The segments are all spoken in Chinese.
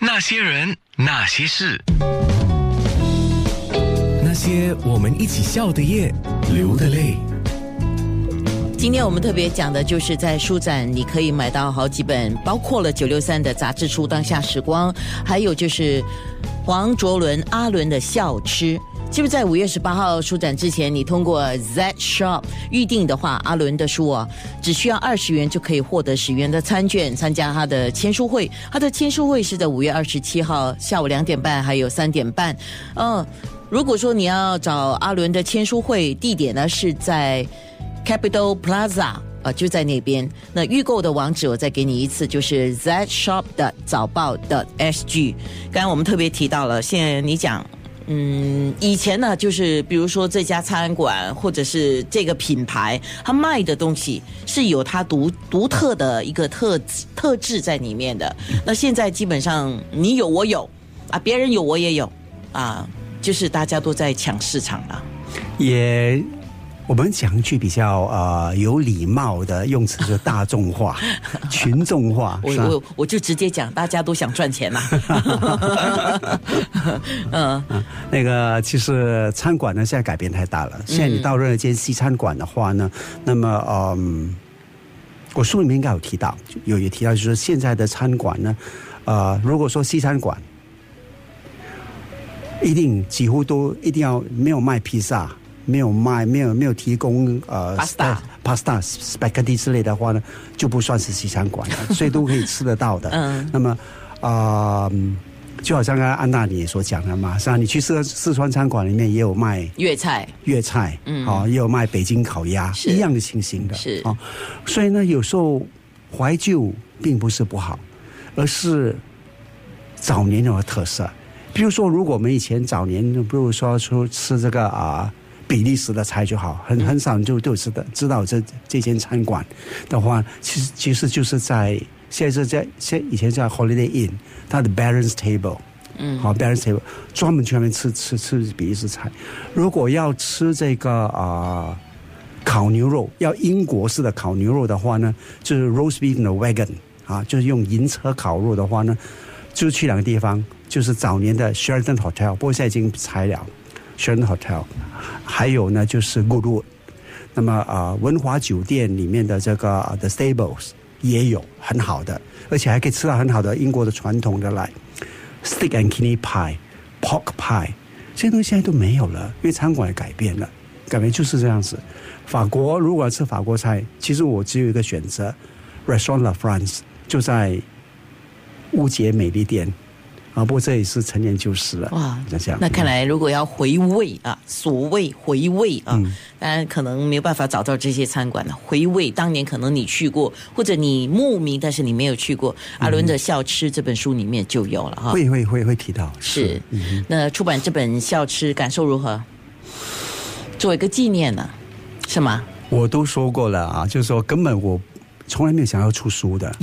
那些人，那些事， 那些我们一起笑的夜，流的泪。 今天我们特别讲的就是在书展你可以买到好几本，包括了963的杂志书《当下时光》，还有就是黄卓伦阿伦的笑痴。是不是在5月18号书展之前，你通过 Z Shop 预定的话，阿伦的书啊，只需要20元就可以获得10元的餐券，参加他的签书会。他的签书会是在5月27号下午2点半，还有3点半。如果说你要找阿伦的签书会，地点呢是在 Capital Plaza。就在那边。那预购的网址我再给你一次，就是 zshop 的早报的 SG。刚刚我们特别提到了，现在你讲。以前呢，就是比如说这家餐馆或者是这个品牌，它卖的东西是有它独特的一个特质在里面的。那现在基本上你有我有啊，别人有我也有啊，就是大家都在抢市场了。 我们讲一句比较有礼貌的用词，就是大众化、群众化。 我就直接讲，大家都想赚钱嘛。 那个其实餐馆呢，现在改变太大了。现在你到任何间西餐馆的话呢，那么我书里面应该有提到，有提到就是现在的餐馆呢，如果说西餐馆几乎都一定要没有卖披萨。没有提供 pasta spaghetti 之类的话呢，就不算是西餐馆了，所以都可以吃得到的。那么就好像刚才安娜你所讲的嘛，是啊，你去四川餐馆里面也有卖粤菜，也有卖北京烤鸭，一样的情形的。 是所以呢，有时候怀旧并不是不好，而是早年有特色。比如说，如果我们以前早年，比如说吃这个比利时的菜就好，很少人就知道这间餐馆的话，其实就是以前在 Holiday Inn， 它的 Baron's Table， Baron's Table 专门去那边吃比利时菜。如果要吃这个烤牛肉，要英国式的烤牛肉的话呢，就是 roast beef in the wagon 就是用银车烤肉的话呢，就去两个地方，就是早年的 Sheraton Hotel， 不过现在已经拆了。Sheraton Hotel， 还有呢就是 Goodwood， 那么文华酒店里面的这个 The Stables 也有很好的，而且还可以吃到很好的英国的传统的Steak and Kidney Pie、Pork Pie， 这些东西现在都没有了，因为餐馆也改变了，改变就是这样子。法国如果要吃法国菜，其实我只有一个选择 ，Restaurant La France 就在乌节美丽店。不过这也是陈年旧事了。哇， 那看来如果要回味所谓回味当然可能没有办法找到这些餐馆了。回味当年可能你去过，或者你慕名但是你没有去过。阿伦的笑痴这本书里面就有了会提到。 是，那出版这本笑痴感受如何？做一个纪念呢，是吗？ 我都说过了就是说根本我从来没有想要出书的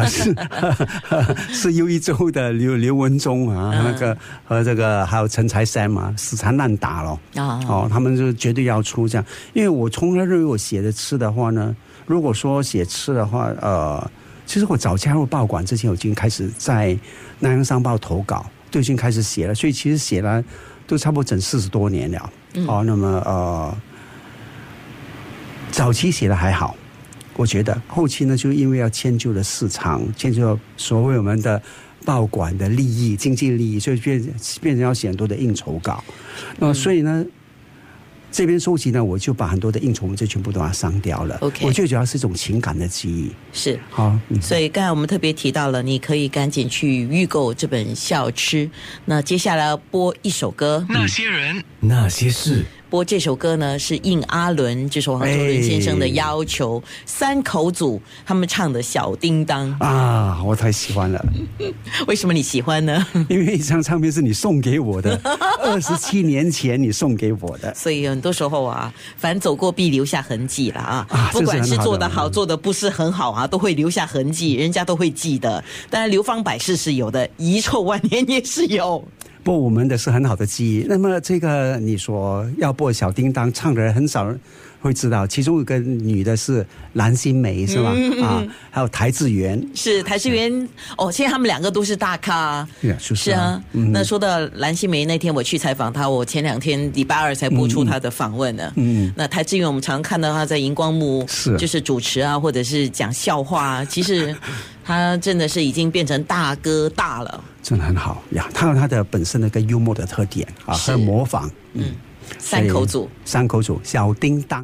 是又一周的刘文忠那个和这个还有陈才山死缠烂打了他们就绝对要出这样。因为我从来认为我写的吃的话呢，如果说写吃的话其实我早加入报馆之前我已经开始在南洋商报投稿，都已经开始写了，所以其实写了都差不多整40多年了那么早期写的还好，我觉得后期呢，就因为要迁就了市场，迁就所谓我们的报馆的利益、经济利益，所以变成要写很多的应酬稿。所以呢，这边收集呢，我就把很多的应酬文字全部都把它删掉了。 OK， 我最主要是一种情感的记忆。 是好， 所以刚才我们特别提到了，你可以赶紧去预购这本笑痴。那接下来要播一首歌， 那些人， 那些事。 播这首歌呢是应阿伦，就是黄卓伦先生的要求，三口组他们唱的小叮当我太喜欢了。 为什么你喜欢呢？ 因为一张唱片是你送给我的27年前你送给我的， 所以很多时候凡走过必留下痕迹了不管是做得好做得不是很好都会留下痕迹，人家都会记得。当然流芳百世是有的，遗臭万年也是有。 不过我们的是很好的记忆。那么这个你说要播小叮当，唱的人很少会知道，其中一个女的是蓝心湄是吧？还有台志源， 是台志源哦，现在他们2个都是大咖，是啊。那说到蓝心湄，那天我去采访她，我前2天礼拜2才播出她的访问呢。那台志源我们常看到她在荧光幕就是主持啊，或者是讲笑话啊，其实她真的是已经变成大哥大了， 真的很好呀。她有她的本身的一个幽默的特点啊，和模仿， 三口组， 小叮当。